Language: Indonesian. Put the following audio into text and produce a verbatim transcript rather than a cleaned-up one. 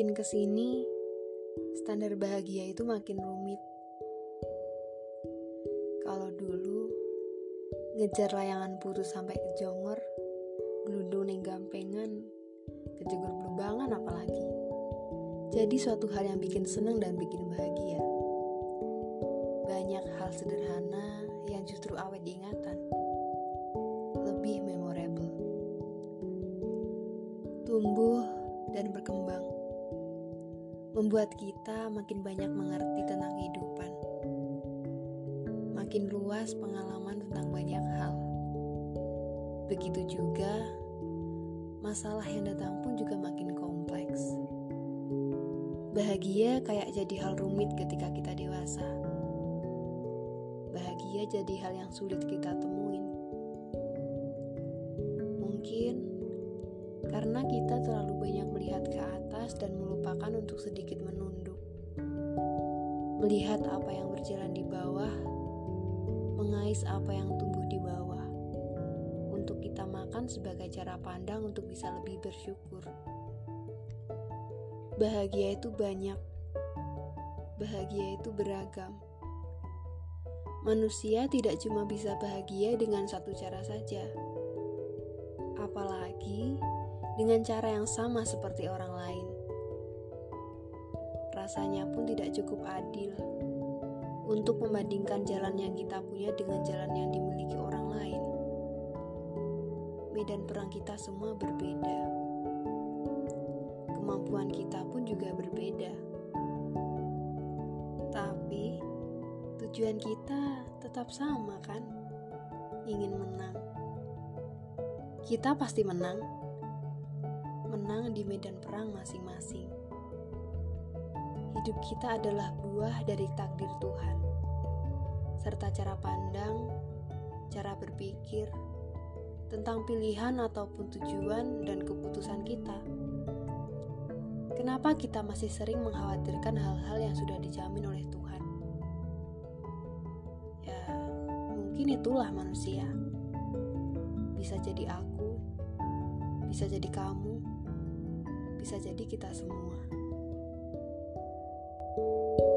Makin kesini, standar bahagia itu makin rumit. Kalau dulu, ngejar layangan putus sampai ke Jongor, gelundung ning gampengan, kejegur blubangan apalagi. Jadi suatu hal yang bikin seneng dan bikin bahagia. Banyak hal sederhana yang justru awet diingatan. Lebih memorable. Tumbuh dan berkembang. Membuat kita makin banyak mengerti tentang kehidupan. Makin luas pengalaman tentang banyak hal. Begitu juga, masalah yang datang pun juga makin kompleks. Bahagia kayak jadi hal rumit ketika kita dewasa. Bahagia jadi hal yang sulit kita temuin. Mungkin karena kita terlalu banyak melihat ke atas dan melupakan untuk sedikit menunduk. Melihat apa yang berjalan di bawah, mengais apa yang tumbuh di bawah. Untuk kita makan sebagai cara pandang untuk bisa lebih bersyukur. Bahagia itu banyak. Bahagia itu beragam. Manusia tidak cuma bisa bahagia dengan satu cara saja. Apalagi dengan cara yang sama seperti orang lain. Rasanya pun tidak cukup adil untuk membandingkan jalan yang kita punya dengan jalan yang dimiliki orang lain. Medan perang kita semua berbeda. Kemampuan kita pun juga berbeda. Tapi tujuan kita tetap sama kan? Ingin menang. Kita pasti menang. Menang di medan perang masing-masing. Hidup kita adalah buah dari takdir Tuhan, serta cara pandang, cara berpikir, tentang pilihan ataupun tujuan dan keputusan kita. Kenapa kita masih sering mengkhawatirkan hal-hal yang sudah dijamin oleh Tuhan? Ya, mungkin itulah manusia. Bisa jadi aku, bisa jadi kamu, bisa jadi kita semua.